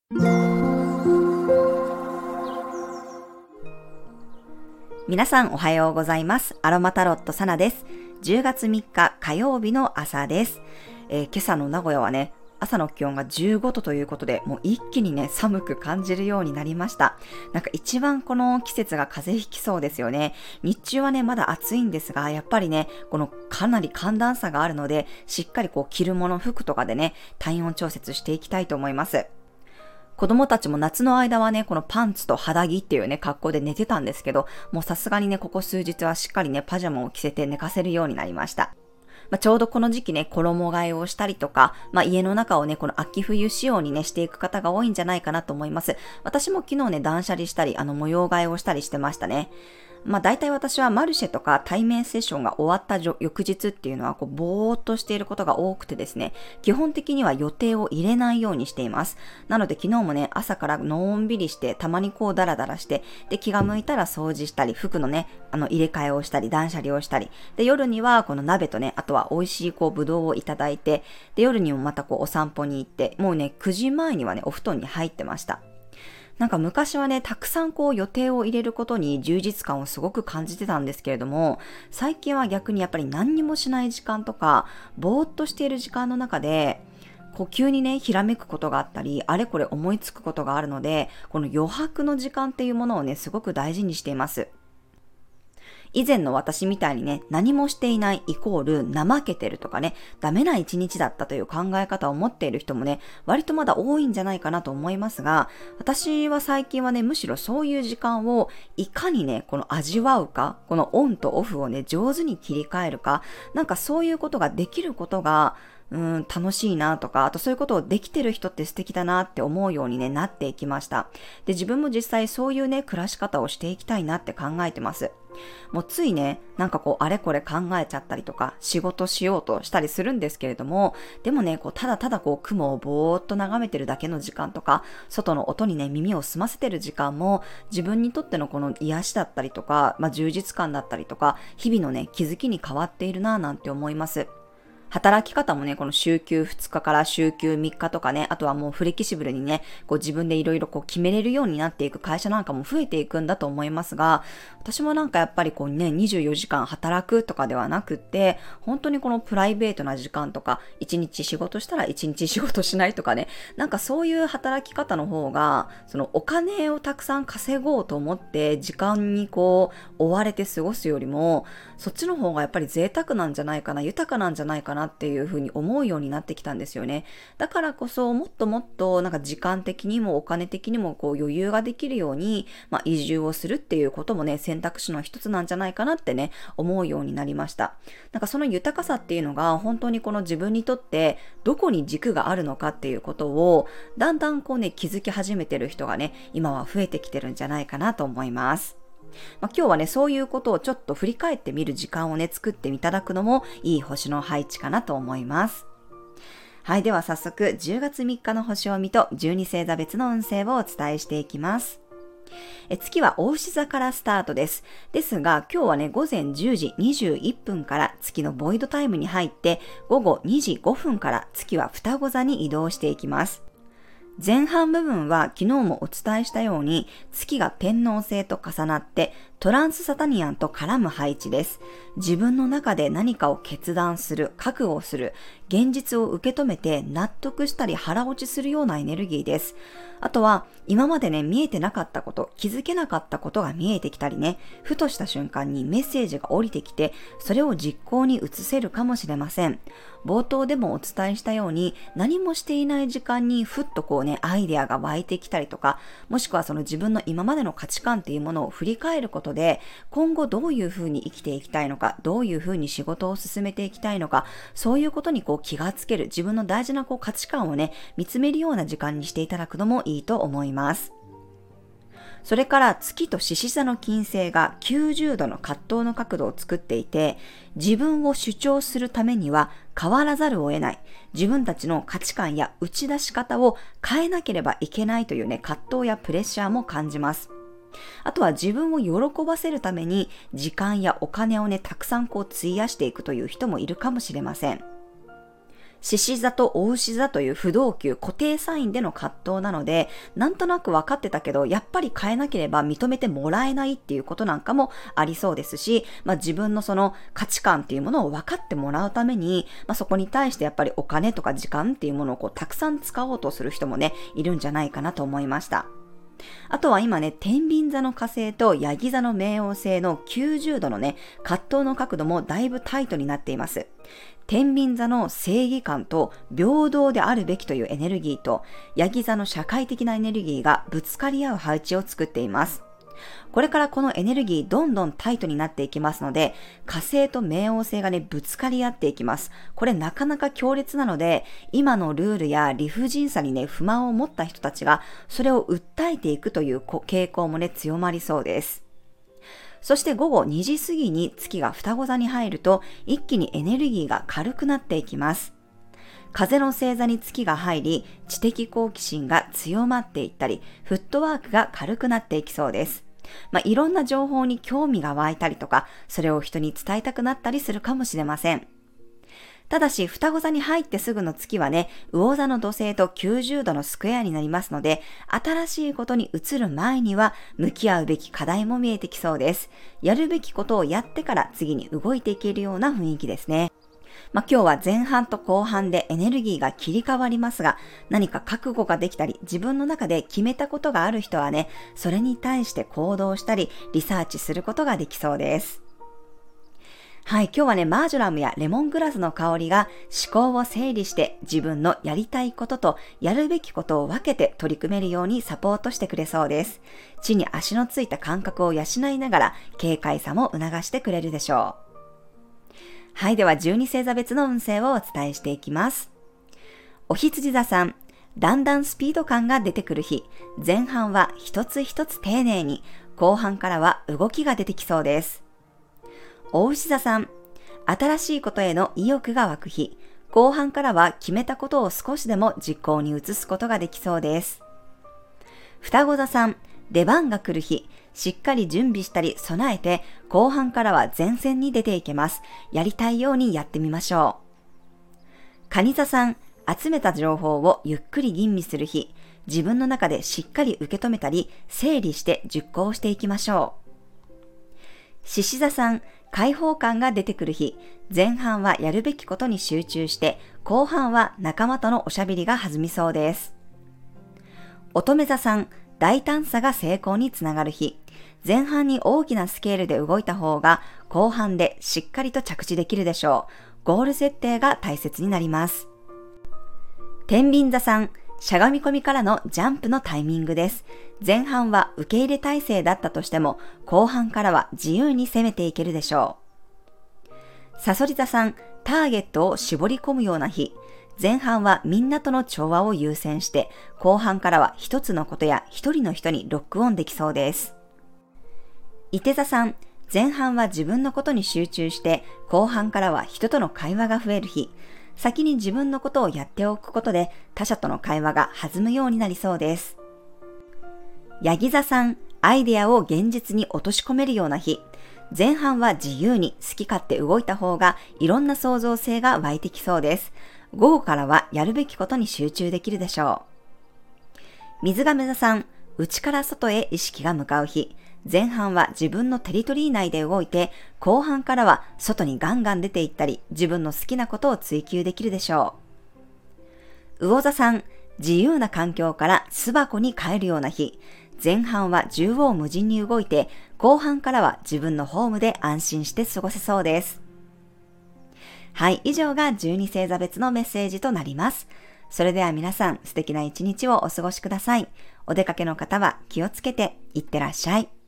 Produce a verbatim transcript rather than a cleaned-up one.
皆さんおはようございます。アロマタロットサナです。じゅうがつみっか火曜日の朝です。えー、今朝の名古屋はね、朝の気温がじゅうごどということで、もう一気にね、寒く感じるようになりました。なんか一番この季節が風邪ひきそうですよね。日中はね、まだ暑いんですが、やっぱりね、このかなり寒暖差があるので、しっかりこう着るもの、服とかでね、体温調節していきたいと思います。子供たちも夏の間はね、このパンツと肌着っていうね、格好で寝てたんですけど、もうさすがにね、ここ数日はしっかりね、パジャマを着せて寝かせるようになりました。まあ、ちょうどこの時期ね、衣替えをしたりとか、まあ、家の中をね、この秋冬仕様にね、していく方が多いんじゃないかなと思います。私も昨日ね、断捨離したり、あの、模様替えをしたりしてましたね。まあ大体私はマルシェとか対面セッションが終わった翌日っていうのはこうぼーっとしていることが多くてですね、基本的には予定を入れないようにしています。なので昨日もね、朝からのんびりして、たまにこうダラダラして、で気が向いたら掃除したり、服のね、あの入れ替えをしたり、断捨離をしたり、で夜にはこの鍋とね、あとは美味しいこうぶどうをいただいて、で夜にもまたこうお散歩に行って、もうね、くじまえにはね、お布団に入ってました。なんか昔はね、たくさんこう予定を入れることに充実感をすごく感じてたんですけれども、最近は逆にやっぱり何にもしない時間とか、ぼーっとしている時間の中で、こう急にね、ひらめくことがあったり、あれこれ思いつくことがあるので、この余白の時間っていうものをね、すごく大事にしています。以前の私みたいにね、何もしていないイコール怠けてるとかね、ダメな一日だったという考え方を持っている人もね、割とまだ多いんじゃないかなと思いますが、私は最近はね、むしろそういう時間をいかにね、この味わうか、このオンとオフをね、上手に切り替えるか、なんかそういうことができることが、うーん、楽しいなとか、あとそういうことをできてる人って素敵だなって思うように、ね、なっていきました。で、自分も実際そういうね、暮らし方をしていきたいなって考えてます。もうついね、なんかこうあれこれ考えちゃったりとか、仕事しようとしたりするんですけれども、でもね、こうただただこう雲をぼーっと眺めてるだけの時間とか、外の音にね、耳を澄ませてる時間も、自分にとってのこの癒しだったりとか、まあ、充実感だったりとか、日々のね、気づきに変わっているなぁなんて思います。働き方もね、この週休ふつかから週休みっかとかね、あとはもうフレキシブルにね、こう自分でいろいろこう決めれるようになっていく会社なんかも増えていくんだと思いますが、私もなんかやっぱりこうね、にじゅうよじかん働くとかではなくって、本当にこのプライベートな時間とか、いちにち仕事したらいちにち仕事しないとかね、なんかそういう働き方の方が、そのお金をたくさん稼ごうと思って時間にこう追われて過ごすよりも、そっちの方がやっぱり贅沢なんじゃないかな、豊かなんじゃないかなっていうふうに思うようになってきたんですよね。だからこそもっともっとなんか時間的にもお金的にもこう余裕ができるように、まあ、移住をするっていうこともね、選択肢の一つなんじゃないかなってね、思うようになりました。なんかその豊かさっていうのが本当にこの自分にとってどこに軸があるのかっていうことをだんだんこうね、気づき始めてる人がね、今は増えてきてるんじゃないかなと思います。まあ、今日はね、そういうことをちょっと振り返ってみる時間をね、作っていただくのもいい星の配置かなと思います。はい、では早速じゅうがつみっかの星を見とじゅうに星座別の運勢をお伝えしていきます。え月は牡牛座からスタートです。ですが今日はね、午前じゅうじにじゅういっぷんから月のボイドタイムに入って、午後にじごふんから月は双子座に移動していきます。前半部分は昨日もお伝えしたように月が天王星と重なってトランスサタニアンと絡む配置です。自分の中で何かを決断する、覚悟をする、現実を受け止めて納得したり腹落ちするようなエネルギーです。あとは今までね、見えてなかったこと、気づけなかったことが見えてきたりね、ふとした瞬間にメッセージが降りてきて、それを実行に移せるかもしれません。冒頭でもお伝えしたように、何もしていない時間にふっとこうね、アイデアが湧いてきたりとか、もしくはその自分の今までの価値観っていうものを振り返ることで、今後どういうふうに生きていきたいのか、どういうふうに仕事を進めていきたいのか、そういうことにこう気がつける、自分の大事なこう価値観をね、見つめるような時間にしていただくのもいいと思います。それから月と獅子座の金星がきゅうじゅうどの葛藤の角度を作っていて、自分を主張するためには変わらざるを得ない、自分たちの価値観や打ち出し方を変えなければいけないというね、葛藤やプレッシャーも感じます。あとは自分を喜ばせるために時間やお金をね、たくさんこう費やしていくという人もいるかもしれません。 獅子座と牡牛座という不動級固定サインでの葛藤なので、なんとなく分かってたけど、やっぱり変えなければ認めてもらえないっていうことなんかもありそうですし、まあ自分のその価値観っていうものを分かってもらうために、まあそこに対してやっぱりお金とか時間っていうものをこうたくさん使おうとする人もね、いるんじゃないかなと思いました。あとは今ね、天秤座の火星とヤギ座の冥王星のきゅうじゅうどのね、葛藤の角度もだいぶタイトになっています。天秤座の正義感と平等であるべきというエネルギーと、ヤギ座の社会的なエネルギーがぶつかり合う配置を作っています。これからこのエネルギーどんどんタイトになっていきますので、火星と冥王星がね、ぶつかり合っていきます。これなかなか強烈なので、今のルールや理不尽さにね、不満を持った人たちが、それを訴えていくという傾向もね、強まりそうです。そして午後にじ過ぎに月が双子座に入ると、一気にエネルギーが軽くなっていきます。風の星座に月が入り、知的好奇心が強まっていったり、フットワークが軽くなっていきそうです。まあ、いろんな情報に興味が湧いたりとか、それを人に伝えたくなったりするかもしれません。ただし、双子座に入ってすぐの月はね、魚座の土星ときゅうじゅうどのスクエアになりますので、新しいことに移る前には、向き合うべき課題も見えてきそうです。やるべきことをやってから次に動いていけるような雰囲気ですね。まあ、今日は前半と後半でエネルギーが切り替わりますが、何か覚悟ができたり、自分の中で決めたことがある人はね、それに対して行動したり、リサーチすることができそうです。はい、今日はね、マージョラムやレモングラスの香りが思考を整理して自分のやりたいこととやるべきことを分けて取り組めるようにサポートしてくれそうです。地に足のついた感覚を養いながら軽快さも促してくれるでしょう。はい、ではじゅうに星座別の運勢をお伝えしていきます。お羊座さん、だんだんスピード感が出てくる日、前半は一つ一つ丁寧に、後半からは動きが出てきそうです。お牛座さん、新しいことへの意欲が湧く日、後半からは決めたことを少しでも実行に移すことができそうです。双子座さん、出番が来る日、しっかり準備したり備えて、後半からは前線に出ていけます。やりたいようにやってみましょう。蟹座さん、集めた情報をゆっくり吟味する日、自分の中でしっかり受け止めたり、整理して実行していきましょう。獅子座さん、開放感が出てくる日、前半はやるべきことに集中して、後半は仲間とのおしゃべりが弾みそうです。乙女座さん、大胆さが成功につながる日、前半に大きなスケールで動いた方が、後半でしっかりと着地できるでしょう。ゴール設定が大切になります。天秤座さん、しゃがみ込みからのジャンプのタイミングです。前半は受け入れ体制だったとしても、後半からは自由に攻めていけるでしょう。さそり座さん、ターゲットを絞り込むような日、前半はみんなとの調和を優先して、後半からは一つのことや一人の人にロックオンできそうです。いて座さん、前半は自分のことに集中して、後半からは人との会話が増える日、先に自分のことをやっておくことで他者との会話が弾むようになりそうです。ヤギ座さん、アイデアを現実に落とし込めるような日、前半は自由に好き勝手動いた方がいろんな創造性が湧いてきそうです。午後からはやるべきことに集中できるでしょう。水亀座さん、内から外へ意識が向かう日、前半は自分のテリトリー内で動いて、後半からは外にガンガン出ていったり、自分の好きなことを追求できるでしょう。魚座さん、自由な環境から巣箱に帰るような日、前半は縦横無尽に動いて、後半からは自分のホームで安心して過ごせそうです。はい、以上がじゅうに星座別のメッセージとなります。それでは皆さん、素敵な一日をお過ごしください。お出かけの方は気をつけていってらっしゃい。